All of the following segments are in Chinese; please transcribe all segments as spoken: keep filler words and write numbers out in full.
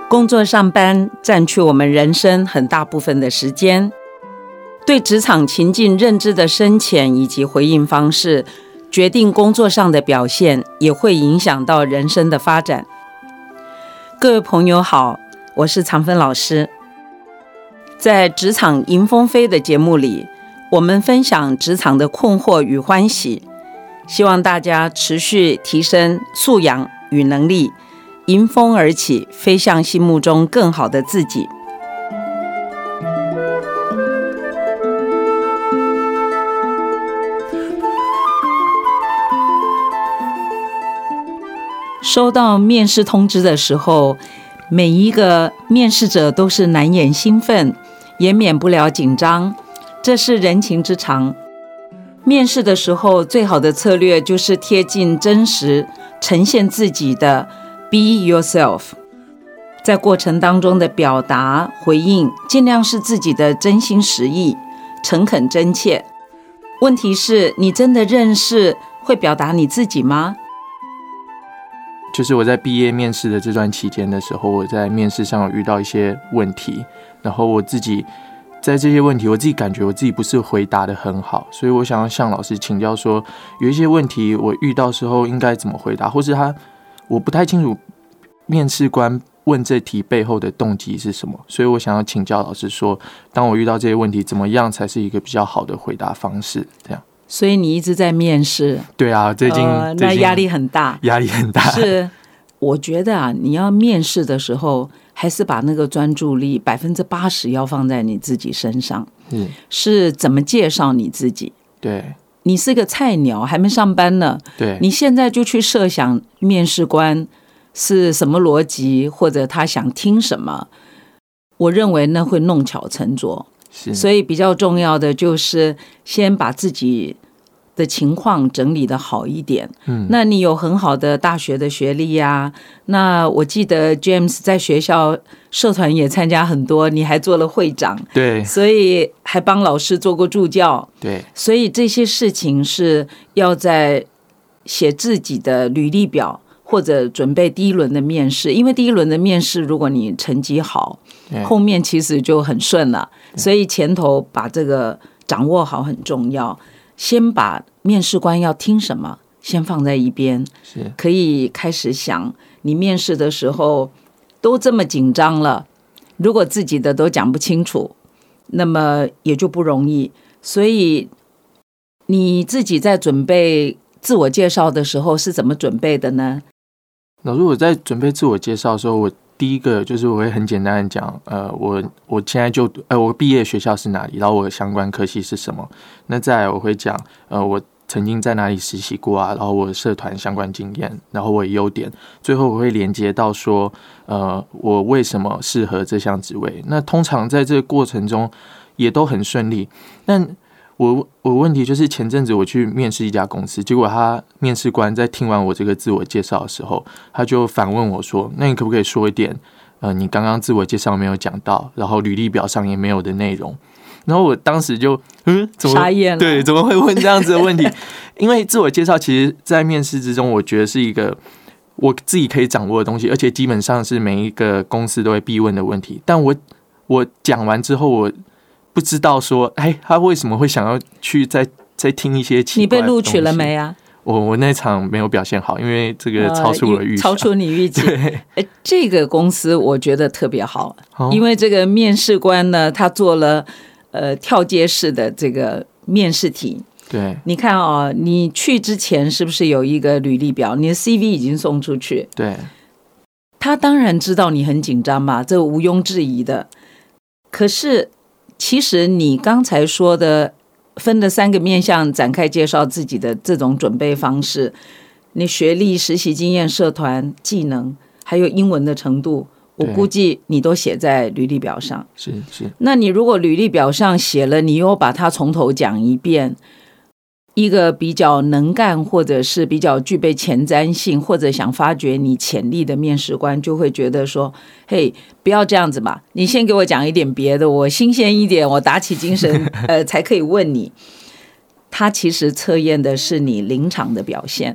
工作上班占据我们人生很大部分的时间，对职场情境认知的深浅以及回应方式，决定工作上的表现，也会影响到人生的发展。各位朋友好，我是常芬老师。在职场迎风飞的节目里，我们分享职场的困惑与欢喜，希望大家持续提升素养与能力，迎风而起，飞向心目中更好的自己。收到面试通知的时候，每一个面试者都是难掩兴奋，也免不了紧张，这是人情之常。面试的时候，最好的策略就是贴近真实，呈现自己的 Be yourself。在过程当中的表达、回应，尽量是自己的真心实意、诚恳真切。问题是，你真的认识、会表达你自己吗？ 就是我在毕业面试的这段期间的时候，我在面试上有遇到一些问题，然后我自己在这些问题，我自己感觉我自己不是回答得很好，所以我想要向老师请教说，有一些问题我遇到时候应该怎么回答，或是他我不太清楚面试官问这题背后的动机是什么，所以我想要请教老师说，当我遇到这些问题，怎么样才是一个比较好的回答方式？这样。 所以你一直在面试？ 对啊，最近、呃、 那压力很大， 压力很大。 是，我觉得啊，你要面试的时候，还是把那个专注力百分之八十要放在你自己身上。嗯，是怎么介绍你自己？ 对， 你是个菜鸟，还没上班呢。 对， 你现在就去设想面试官是什么逻辑，或者他想听什么，我认为那会弄巧成拙。所以比较重要的就是先把自己的情况整理得好一点。嗯，那你有很好的大学的学历啊，那我记得 James 在学校社团也参加很多，你还做了会长， 对， 所以还帮老师做过助教， 对， 所以这些事情是要在写自己的履历表或者准备第一轮的面试，因为第一轮的面试如果你成绩好，后面其实就很顺了，所以前头把这个掌握好很重要。先把面试官要听什么先放在一边，可以开始想，你面试的时候都这么紧张了，如果自己的都讲不清楚，那么也就不容易。所以你自己在准备自我介绍的时候是怎么准备的呢？ 老师，我在准备自我介绍的时候，我第一个就是我会很简单的讲，呃，我我现在就呃我毕业学校是哪里，然后我的相关科系是什么。那再来我会讲，呃，我曾经在哪里实习过啊，然后我的社团相关经验，然后我的优点，最后我会连接到说，呃，我为什么适合这项职位。那通常在这个过程中也都很顺利。但我我问题就是前阵子我去面试一家公司，结果他面试官在听完我这个自我介绍的时候，他就反问我说：“那你可不可以说一点，呃，你刚刚自我介绍没有讲到，然后履历表上也没有的内容？”然后我当时就嗯，怎么傻眼了？ 对，怎么会问这样子的问题？因为自我介绍其实，在面试之中，我觉得是一个我自己可以掌握的东西，而且基本上是每一个公司都会必问的问题。但我我讲完之后，我不知道说，哎，他为什么会想要去再再听一些奇怪的东西？你被录取了没啊？ 我我那场没有表现好，因为这个超出我的预期、呃， 超出你预期。对，这个公司我觉得特别好，哦、因为这个面试官呢，他做了呃跳接式的这个面试题。 对， 你看哦，你去之前是不是有一个履历表？你的 C V 已经送出去。 对， 他当然知道你很紧张嘛，这毋庸置疑的。可是其实你刚才说的分了三个面向展开介绍自己的这种准备方式，你学历、实习经验、社团、技能，还有英文的程度，我估计你都写在履历表上。 是是。 那你如果履历表上写了，你又把它从头讲一遍，一个比较能干或者是比较具备前瞻性或者想发掘你潜力的面试官就会觉得说，嘿，不要这样子嘛，你先给我讲一点别的，我新鲜一点，我打起精神呃，才可以问你。他其实测验的是你临场的表现，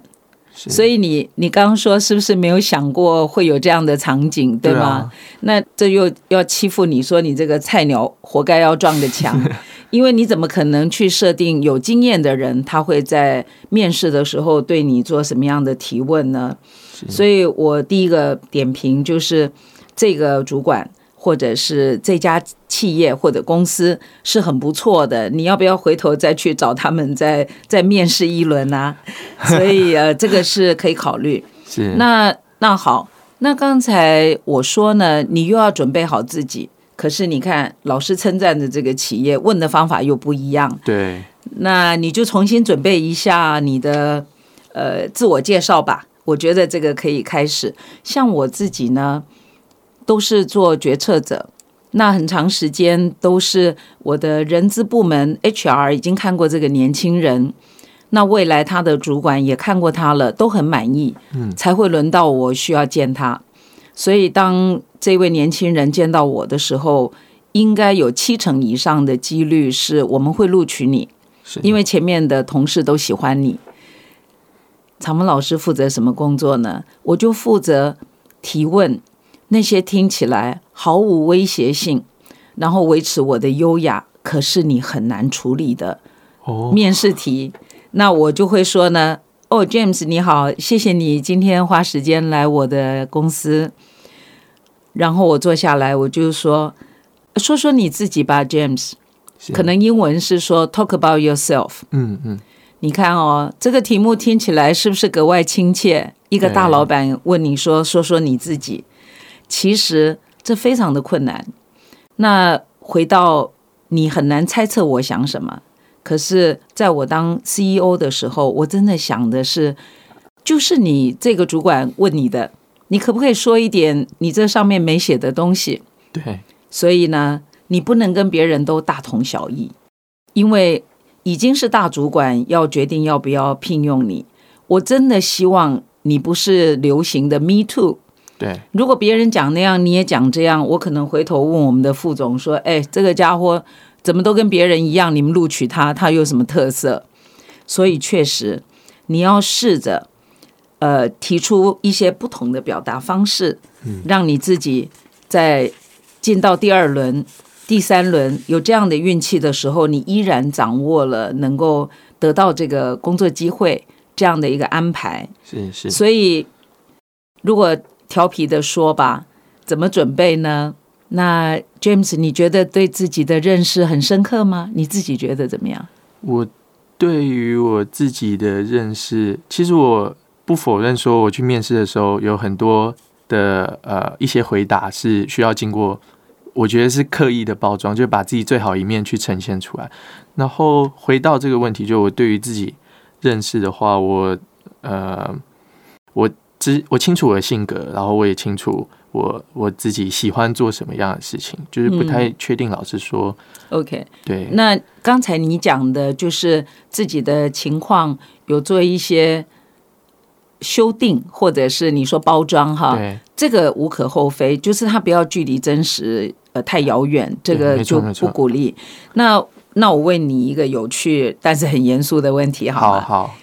所以你你刚刚说是不是没有想过会有这样的场景，对吗？对啊，那这又要欺负你说你这个菜鸟活该要撞个墙，因为你怎么可能去设定有经验的人他会在面试的时候对你做什么样的提问呢？所以我第一个点评就是这个主管或者是这家企业或者公司是很不错的，你要不要回头再去找他们再再面试一轮啊？所以呃，这个是可以考虑。 是那那好，那刚才我说呢，你又要准备好自己，可是你看老师称赞的这个企业问的方法又不一样。 对， 那你就重新准备一下你的呃自我介绍吧。我觉得这个可以开始。像我自己呢，都是做决策者，那很长时间都是我的人资部门 H R 已经看过这个年轻人，那未来他的主管也看过他了，都很满意，才会轮到我需要见他。所以当这位年轻人见到我的时候，应该有七成以上的几率是我们会录取你，因为前面的同事都喜欢你。长文老师负责什么工作呢？我就负责提问那些听起来毫无威胁性，然后维持我的优雅，可是你很难处理的面试题。那我就会说呢，哦 James 你好，谢谢你今天花时间来我的公司。然后我坐下来，我就说说说你自己吧 James， 可能英文是说 talk about yourself。 嗯嗯，你看哦，这个题目听起来是不是格外亲切？一个大老板问你说说说你自己，其实这非常的困难。那回到你很难猜测我想什么，可是在我当 C E O 的时候，我真的想的是，就是你这个主管问你的，你可不可以说一点你这上面没写的东西？ 对， 所以呢，你不能跟别人都大同小异，因为已经是大主管要决定要不要聘用你。我真的希望你不是流行的 Me Too。 对， 如果别人讲那样，你也讲这样，我可能回头问我们的副总说：“哎，这个家伙怎么都跟别人一样？你们录取他，他有什么特色？”所以确实，你要试着呃提出一些不同的表达方式，让你自己在进到第二轮、第三轮有这样的运气的时候，你依然掌握了能够得到这个工作机会这样的一个安排。 是是， 所以如果调皮的说吧，怎么准备呢？那 James 你觉得对自己的认识很深刻吗？你自己觉得怎么样？ 我对于我自己的认识，其实我不否认说我去面试的时候有很多的呃一些回答是需要经过我觉得是刻意的包装，就把自己最好一面去呈现出来。然后回到这个问题，就我对于自己认识的话，我呃我知我清楚我的性格，然后我也清楚我我自己喜欢做什么样的事情，就是不太确定。老实说、 嗯、，OK， 对。 那刚才你讲的就是自己的情况有做一些修订，或者是你说包装哈，这个无可厚非，就是它不要距离真实呃太遥远，这个就不鼓励。那那我问你一个有趣但是很严肃的问题，好吗？ 好好。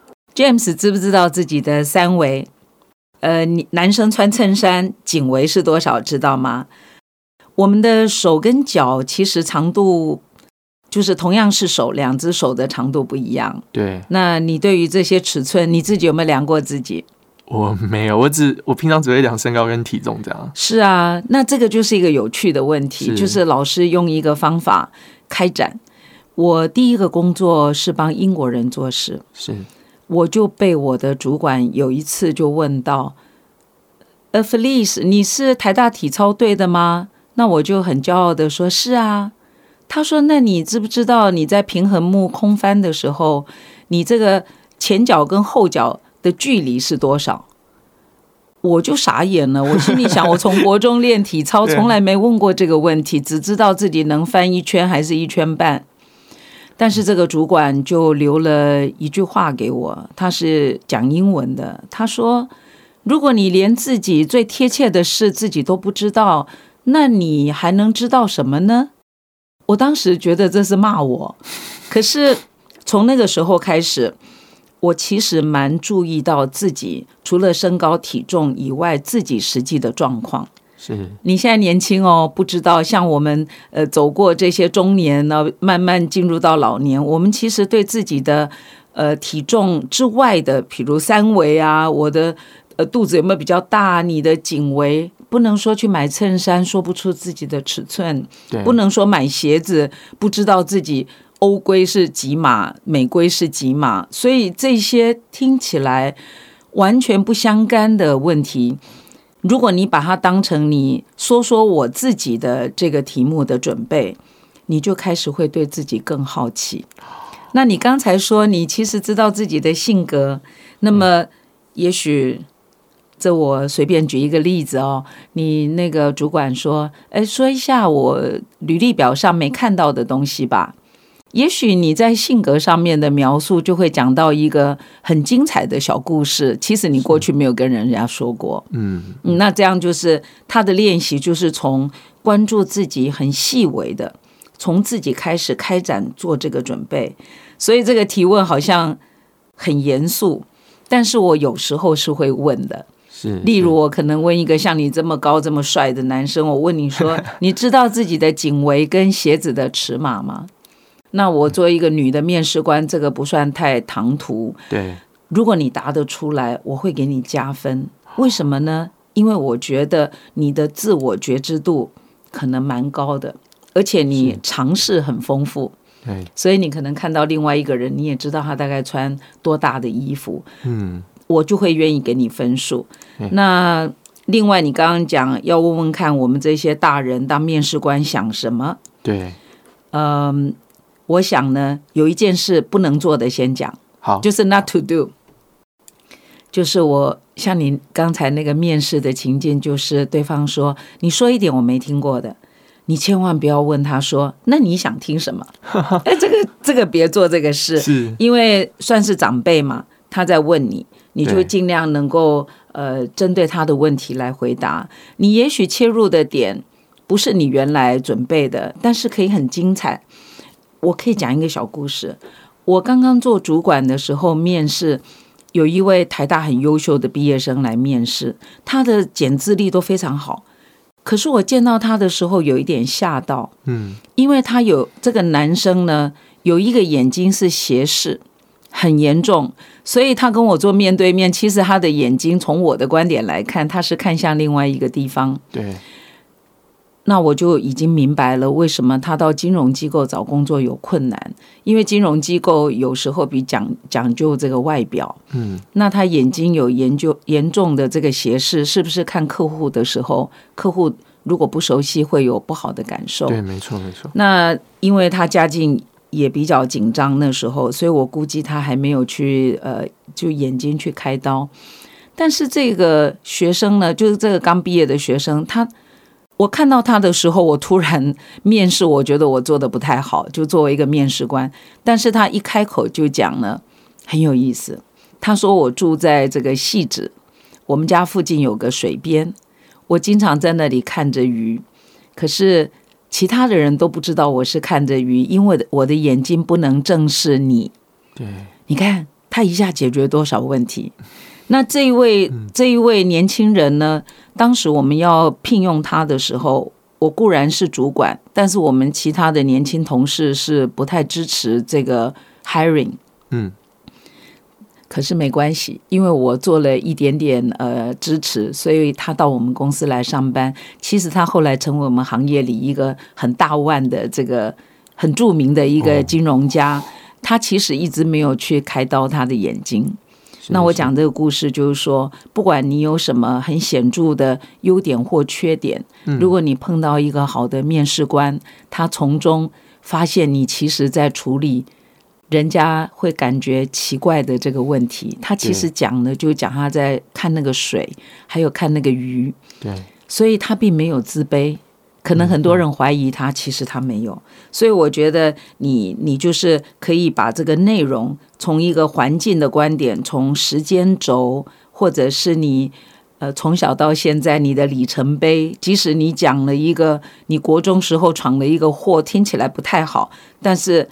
James 知不知道自己的三围？呃，男生穿衬衫颈围是多少？知道吗？我们的手跟脚其实长度就是同样是手，两只手的长度不一样。 对。 那你对于这些尺寸，你自己有没有量过自己？ 我没有，我只我平常只会量身高跟体重这样。 是啊，那这个就是一个有趣的问题，是就是老师用一个方法开展。我第一个工作是帮英国人做事， 是。 我就被我的主管有一次就问到，呃 Felice 你是台大体操队的吗？那我就很骄傲的说是啊。他说那你知不知道你在平衡木空翻的时候，你这个前脚跟后脚的距离是多少？我就傻眼了，我心里想我从国中练体操从来没问过这个问题，只知道自己能翻一圈还是一圈半。但是这个主管就留了一句话给我，他是讲英文的，他说如果你连自己最贴切的事自己都不知道，那你还能知道什么呢？我当时觉得这是骂我，可是从那个时候开始， 我其实蛮注意到自己除了身高体重以外，自己实际的状况。 是你现在年轻哦，不知道像我们呃走过这些中年呢，慢慢进入到老年，我们其实对自己的呃体重之外的，比如三围啊，我的呃肚子有没有比较大，你的颈围，不能说去买衬衫说不出自己的尺寸，不能说买鞋子不知道自己欧规是几码，美规是几码，所以这些听起来完全不相干的问题，如果你把它当成你说说我自己的这个题目的准备，你就开始会对自己更好奇。那你刚才说你其实知道自己的性格，那么也许这我随便举一个例子哦，你那个主管说，哎，说一下我履历表上没看到的东西吧。也许你在性格上面的描述就会讲到一个很精彩的小故事，其实你过去没有跟人家说过。嗯，那这样就是他的练习，就是从关注自己很细微的，从自己开始开展做这个准备。所以这个提问好像很严肃，但是我有时候是会问的。 是， 例如我可能问一个像你这么高这么帅的男生，我问你说你知道自己的颈围跟鞋子的尺码吗？那我作为一个女的面试官，这个不算太唐突。 对， 如果你答得出来，我会给你加分。为什么呢？因为我觉得你的自我觉知度可能蛮高的，而且你尝试很丰富。 对， 所以你可能看到另外一个人，你也知道他大概穿多大的衣服，嗯，我就会愿意给你分数。那另外，你刚刚讲要问问看，我们这些大人当面试官想什么？ 对， 嗯。我想呢，有一件事不能做的先讲， 好， 就是 not to do。就是我像你刚才那个面试的情境，就是对方说你说一点我没听过的，你千万不要问他说那你想听什么？哎，这个这个别做这个事， 是因为算是长辈嘛，他在问你，你就尽量能够呃针对他的问题来回答。你也许切入的点不是你原来准备的，但是可以很精彩。我可以讲一个小故事。我刚刚做主管的时候面试，有一位台大很优秀的毕业生来面试，他的简字力都非常好，可是我见到他的时候有一点吓到，嗯，因为他有这个男生呢，有一个眼睛是斜视，很严重，所以他跟我做面对面，其实他的眼睛从我的观点来看，他是看向另外一个地方。 对。 那我就已经明白了为什么他到金融机构找工作有困难，因为金融机构有时候比讲讲究这个外表，嗯，那他眼睛有研究严重的这个斜视，是不是看客户的时候，客户如果不熟悉会有不好的感受？ 对，没错没错。 那因为他家境也比较紧张那时候，所以我估计他还没有去呃就眼睛去开刀。但是这个学生呢，就是这个刚毕业的学生，他。我看到他的时候，我突然面试，我觉得我做的不太好，就作为一个面试官。但是他一开口就讲了，很有意思。他说我住在这个汐止，我们家附近有个水边，我经常在那里看着鱼。可是其他的人都不知道我是看着鱼，因为我的眼睛不能正视你。 对， 你看他一下解决多少问题。那这一位这一位年轻人呢，当时我们要聘用他的时候，我固然是主管，但是我们其他的年轻同事是不太支持这个 hiring。嗯，可是没关系，因为我做了一点点呃支持，所以他到我们公司来上班。其实他后来成为我们行业里一个很大腕的这个很著名的一个金融家。哦，他其实一直没有去开刀他的眼睛。那我讲这个故事就是说，不管你有什么很显著的优点或缺点，如果你碰到一个好的面试官，他从中发现你其实在处理人家会感觉奇怪的这个问题，他其实讲的就讲他在看那个水，还有看那个鱼， 对， 所以他并没有自卑。可能很多人怀疑他，其实他没有。所以我觉得你你就是可以把这个内容从一个环境的观点，从时间轴，或者是你呃从小到现在你的里程碑，即使你讲了一个你国中时候闯了一个祸，听起来不太好，但是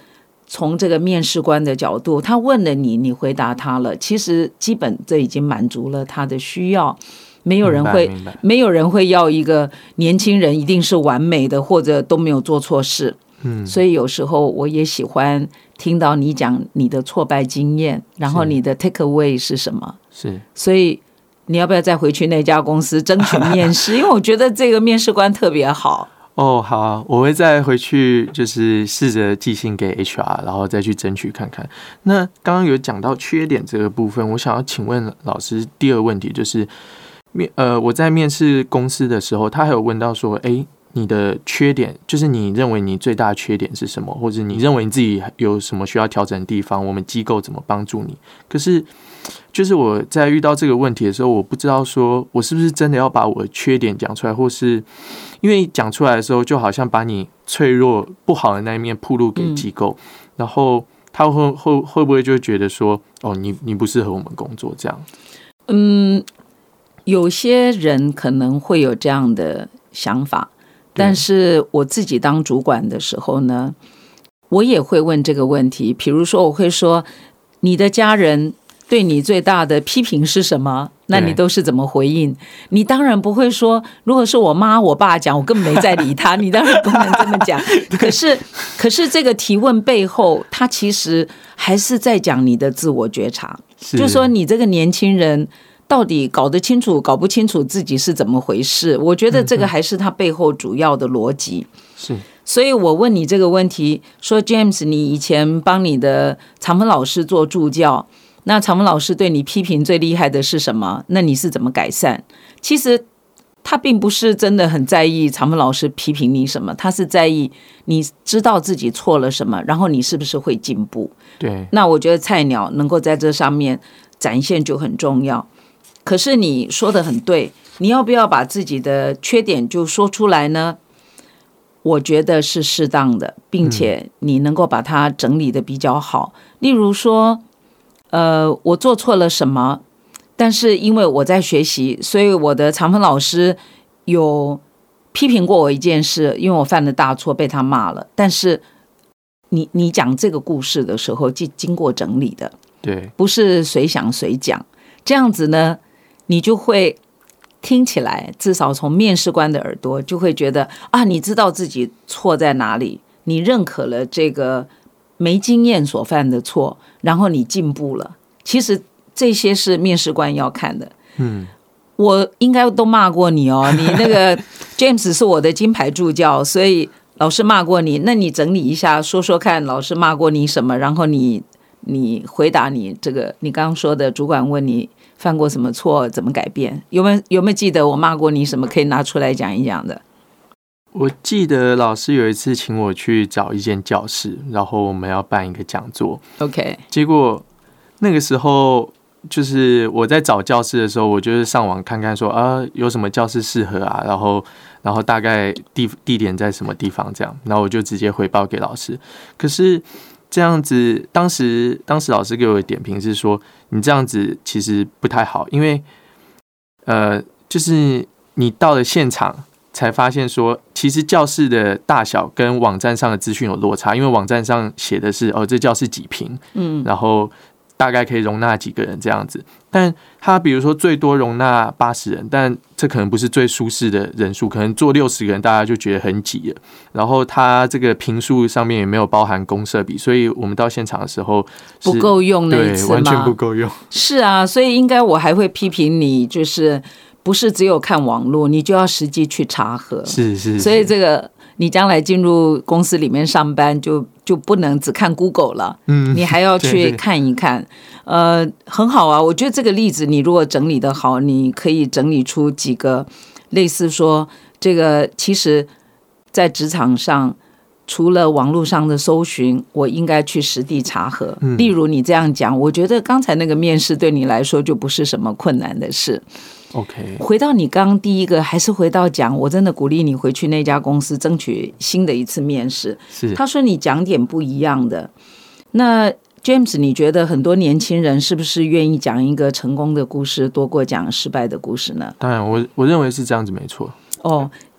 从这个面试官的角度，他问了你，你回答他了，其实基本这已经满足了他的需要。没有人会，没有人会要一个年轻人一定是完美的，或者都没有做错事。嗯，所以有时候我也喜欢听到你讲你的挫败经验，然后你的 take away 是什么？ 是， 所以你要不要再回去那家公司争取面试？因为我觉得这个面试官特别好。 哦，好啊，我会再回去，就是试着寄信给 H R， 然后再去争取看看。那刚刚有讲到缺点这个部分，我想要请问老师第二个问题就是。面呃，我在面试公司的时候，他还有问到说，哎，你的缺点，就是你认为你最大的缺点是什么，或者你认为你自己有什么需要调整的地方，我们机构怎么帮助你？可是，就是我在遇到这个问题的时候，我不知道说我是不是真的要把我的缺点讲出来，或是因为讲出来的时候，就好像把你脆弱不好的那一面暴露给机构，嗯、然后他会会会不会就觉得说，哦，你你不适合我们工作这样？ 嗯。有些人可能会有这样的想法，但是我自己当主管的时候呢，我也会问这个问题。比如说我会说，你的家人对你最大的批评是什么？那你都是怎么回应？你当然不会说，如果是我妈我爸讲，我根本没在理他，你当然不能这么讲。可是可是这个提问背后，他其实还是在讲你的自我觉察，就说你这个年轻人到底搞得清楚搞不清楚自己是怎么回事？我觉得这个还是他背后主要的逻辑。 是， 所以我问你这个问题，说 James， 你以前帮你的常芬老师做助教，那常芬老师对你批评最厉害的是什么？那你是怎么改善？其实他并不是真的很在意常芬老师批评你什么，他是在意你知道自己错了什么，然后你是不是会进步。 对， 那我觉得菜鸟能够在这上面展现就很重要。可是你说的很对，你要不要把自己的缺点就说出来呢？我觉得是适当的，并且你能够把它整理的比较好。例如说，呃，我做错了什么，但是因为我在学习，所以我的常芬老师有批评过我一件事，因为我犯了大错被他骂了。但是你你讲这个故事的时候，经经过整理的， 对， 不是随想随讲，这样子呢。你就会听起来，至少从面试官的耳朵就会觉得啊，你知道自己错在哪里，你认可了这个没经验所犯的错，然后你进步了。其实这些是面试官要看的。嗯，我应该都骂过你哦，你那个 James 是我的金牌助教，所以老师骂过你，那你整理一下，说说看老师骂过你什么，然后你你回答你这个你刚刚说的主管问你犯过什么错，怎么改变？有没有有没有记得我骂过你什么？可以拿出来讲一讲的。 我记得老师有一次请我去找一间教室，然后我们要办一个讲座。 OK， 结果那个时候就是我在找教室的时候，我就是上网看看说啊有什么教室适合啊，然后然后大概地地点在什么地方这样，然后我就直接回报给老师。可是这样子，当时当时老师给我的点评是说，你这样子其实不太好，因为呃，就是你到了现场才发现说，其实教室的大小跟网站上的资讯有落差，因为网站上写的是哦，这教室几坪，嗯，然后大概可以容纳几个人这样子，但他比如说最多容纳八十人，但这可能不是最舒适的人数，可能坐六十个人大家就觉得很挤了。然后他这个坪数上面也没有包含公设比，所以我们到现场的时候不够用那一次吗？ 对，完全不够用。 是啊，所以应该我还会批评你，就是不是只有看网络，你就要实际去查核。 是 是, 是， 所以这个你将来进入公司里面上班就就不能只看 Google 了，嗯，你还要去看一看。呃，很好啊，我觉得这个例子你如果整理得好，你可以整理出几个类似说，这个其实在职场上除了网络上的搜寻，我应该去实地查核。嗯，例如你这样讲，我觉得刚才那个面试对你来说就不是什么困难的事。 OK， 回到你刚刚第一个，还是回到讲，我真的鼓励你回去那家公司争取新的一次面试。 是， 他说你讲点不一样的。那 James， 你觉得很多年轻人是不是愿意讲一个成功的故事多过讲失败的故事呢？ 当然我，我认为是这样子，没错。 哦，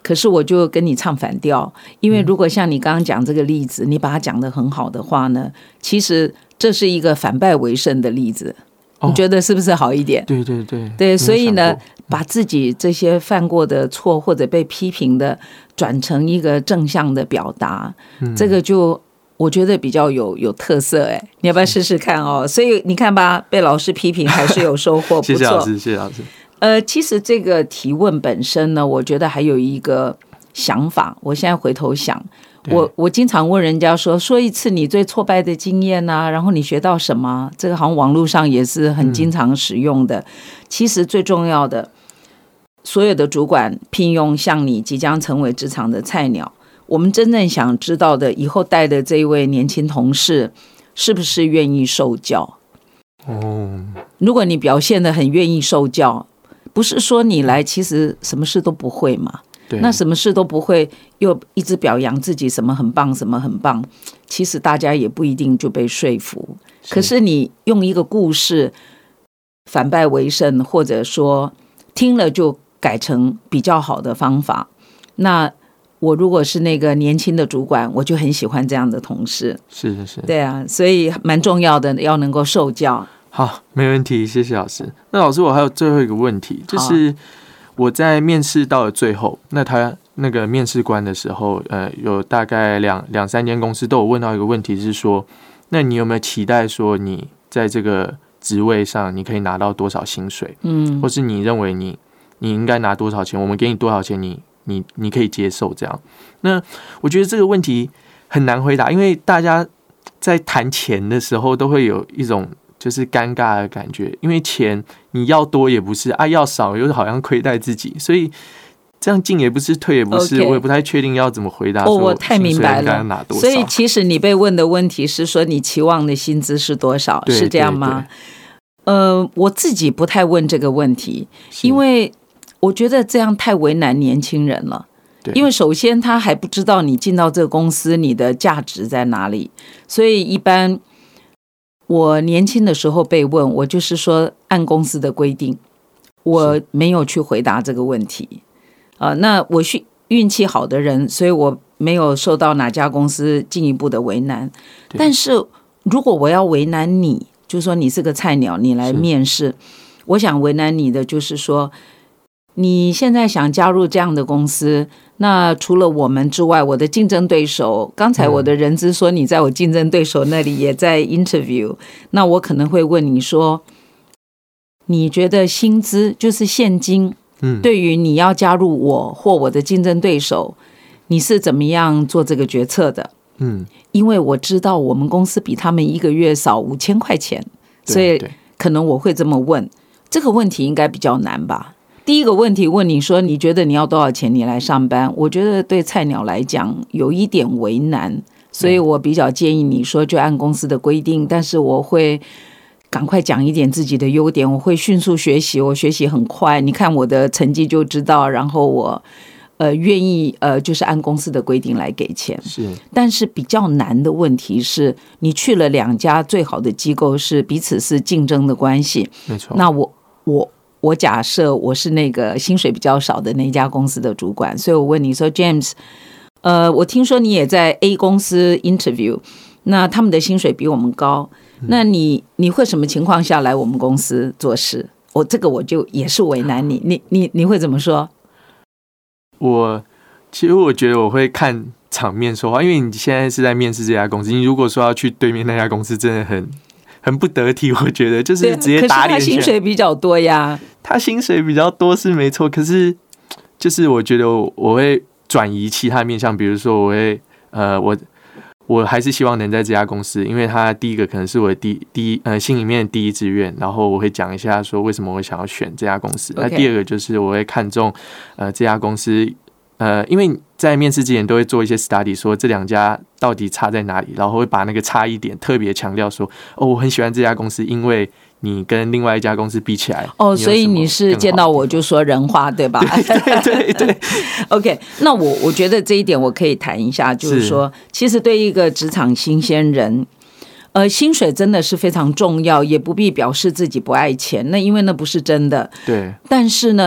可是我就跟你唱反调，因为如果像你刚刚讲这个例子，你把它讲得很好的话呢，其实这是一个反败为胜的例子。你觉得是不是好一点？ 对对对对，所以呢，把自己这些犯过的错或者被批评的转成一个正向的表达，嗯、这个就我觉得比较有有特色哎，你要不要试试看哦？所以你看吧，被老师批评还是有收获，不错。 谢谢老师，谢谢老师。 呃，其实这个提问本身呢，我觉得还有一个想法，我现在回头想。我我经常问人家说说一次你最挫败的经验啊，然后你学到什么？这个好像网络上也是很经常使用的。嗯、其实最重要的，所有的主管聘用像你即将成为职场的菜鸟，我们真正想知道的，以后带的这一位年轻同事是不是愿意受教？哦，如果你表现得很愿意受教，不是说你来其实什么事都不会嘛？那什么事都不会，又一直表扬自己什么很棒，什么很棒，其实大家也不一定就被说服。可是你用一个故事反败为胜，或者说听了就改成比较好的方法，那我如果是那个年轻的主管，我就很喜欢这样的同事。 是是是， 对啊，所以蛮重要的，要能够受教。 好，没问题，谢谢老师。那老师，我还有最后一个问题，就是我在面试到了最后，那他那个面试官的时候，呃，有大概两两三间公司都有问到一个问题，是说，那你有没有期待说你在这个职位上你可以拿到多少薪水？嗯，或是你认为你你应该拿多少钱？我们给你多少钱你，你你你可以接受这样？那我觉得这个问题很难回答，因为大家在谈钱的时候都会有一种就是尴尬的感觉，因为钱你要多也不是啊，要少又好像亏待自己，所以这样进也不是，退也不是， okay. 我也不太确定要怎么回答。 哦，我太明白了。所以其实你被问的问题是说你期望的薪资是多少，是这样吗？呃，我自己不太问这个问题，因为我觉得这样太为难年轻人了。因为首先他还不知道你进到这个公司你的价值在哪里，所以一般我年轻的时候被问，我就是说按公司的规定，我没有去回答这个问题。呃，那我是运气好的人，所以我没有受到哪家公司进一步的为难。但是如果我要为难你，就是说你是个菜鸟，你来面试，我想为难你的就是说，你现在想加入这样的公司，那除了我们之外，我的竞争对手，刚才我的人资说你在我竞争对手那里也在 interview， 那我可能会问你说，你觉得薪资就是现金，对于你要加入我或我的竞争对手，你是怎么样做这个决策的？嗯，因为我知道我们公司比他们一个月少五千块钱，所以可能我会这么问。这个问题应该比较难吧？第一个问题问你说，你觉得你要多少钱你来上班？我觉得对菜鸟来讲有一点为难，所以我比较建议你说就按公司的规定，但是我会赶快讲一点自己的优点，我会迅速学习，我学习很快，你看我的成绩就知道，然后我呃愿意呃就是按公司的规定来给钱。是，但是比较难的问题是，你去了两家最好的机构，是彼此是竞争的关系。没错。那我我我假设我是那个薪水比较少的那家公司的主管，所以我问你说 James， 呃，我听说你也在 A 公司 interview， 那他们的薪水比我们高，那你你会什么情况下来我们公司做事？我这个我就也是为难你，你你你会怎么说？ 我其实我觉得我会看场面说话，因为你现在是在面试这家公司，你如果说要去对面那家公司，真的很很不得体，我觉得就是直接打脸。可是他薪水比较多呀， 他薪水比较多是没错，可是就是我觉得我我会转移其他面向，比如说我会呃我。我还是希望能在这家公司，因为他第一个可能是我的第第一呃心里面的第一志愿，然后我会讲一下说为什么我想要选这家公司。Okay. 那第二个就是我会看中呃这家公司，呃因为在面试之前都会做一些 study， 说这两家到底差在哪里，然后会把那个差异点特别强调说，哦我很喜欢这家公司，因为你跟另外一家公司比起来， 哦，所以你是见到我就说人话，对吧？ 对对对对。 OK， 那我我觉得这一点我可以谈一下，就是说，是其实对一个职场新鲜人，呃，薪水真的是非常重要，也不必表示自己不爱钱，那因为那不是真的。对。但是呢，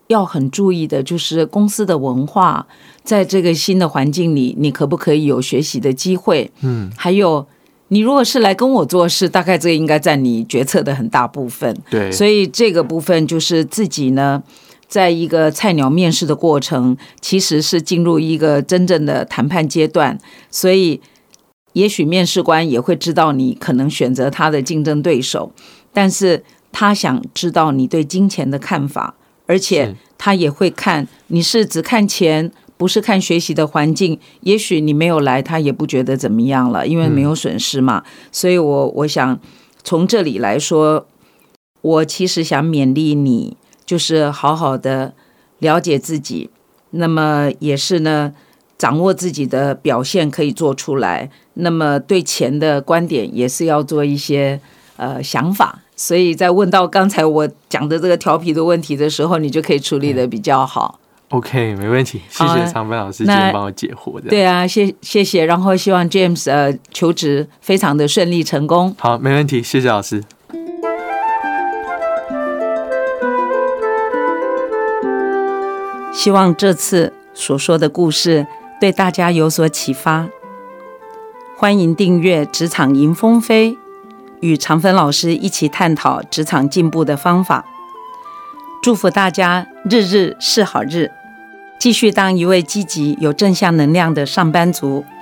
要很注意的就是公司的文化，在这个新的环境里，你可不可以有学习的机会？嗯，还有你如果是来跟我做事，大概这个应该占你决策的很大部分。 对， 所以这个部分就是自己呢，在一个菜鸟面试的过程，其实是进入一个真正的谈判阶段，所以也许面试官也会知道你可能选择他的竞争对手，但是他想知道你对金钱的看法，而且他也会看你是只看钱，不是看学习的环境。也许你没有来，他也不觉得怎么样了，因为没有损失嘛。嗯、所以我我想从这里来说，我其实想勉励你，就是好好的了解自己，那么也是呢，掌握自己的表现可以做出来。那么对钱的观点也是要做一些呃想法。所以在问到刚才我讲的这个调皮的问题的时候，你就可以处理的比较好。 OK， 没问题，谢谢长芬老师今天帮我解惑。 对啊，谢谢谢，然后希望 James 呃求职非常的顺利成功。 好，没问题，谢谢老师。 希望这次所说的故事对大家有所启发。欢迎订阅《职场迎风飞》，与长芬老师一起探讨职场进步的方法。祝福大家日日是好日，继续当一位积极有正向能量的上班族。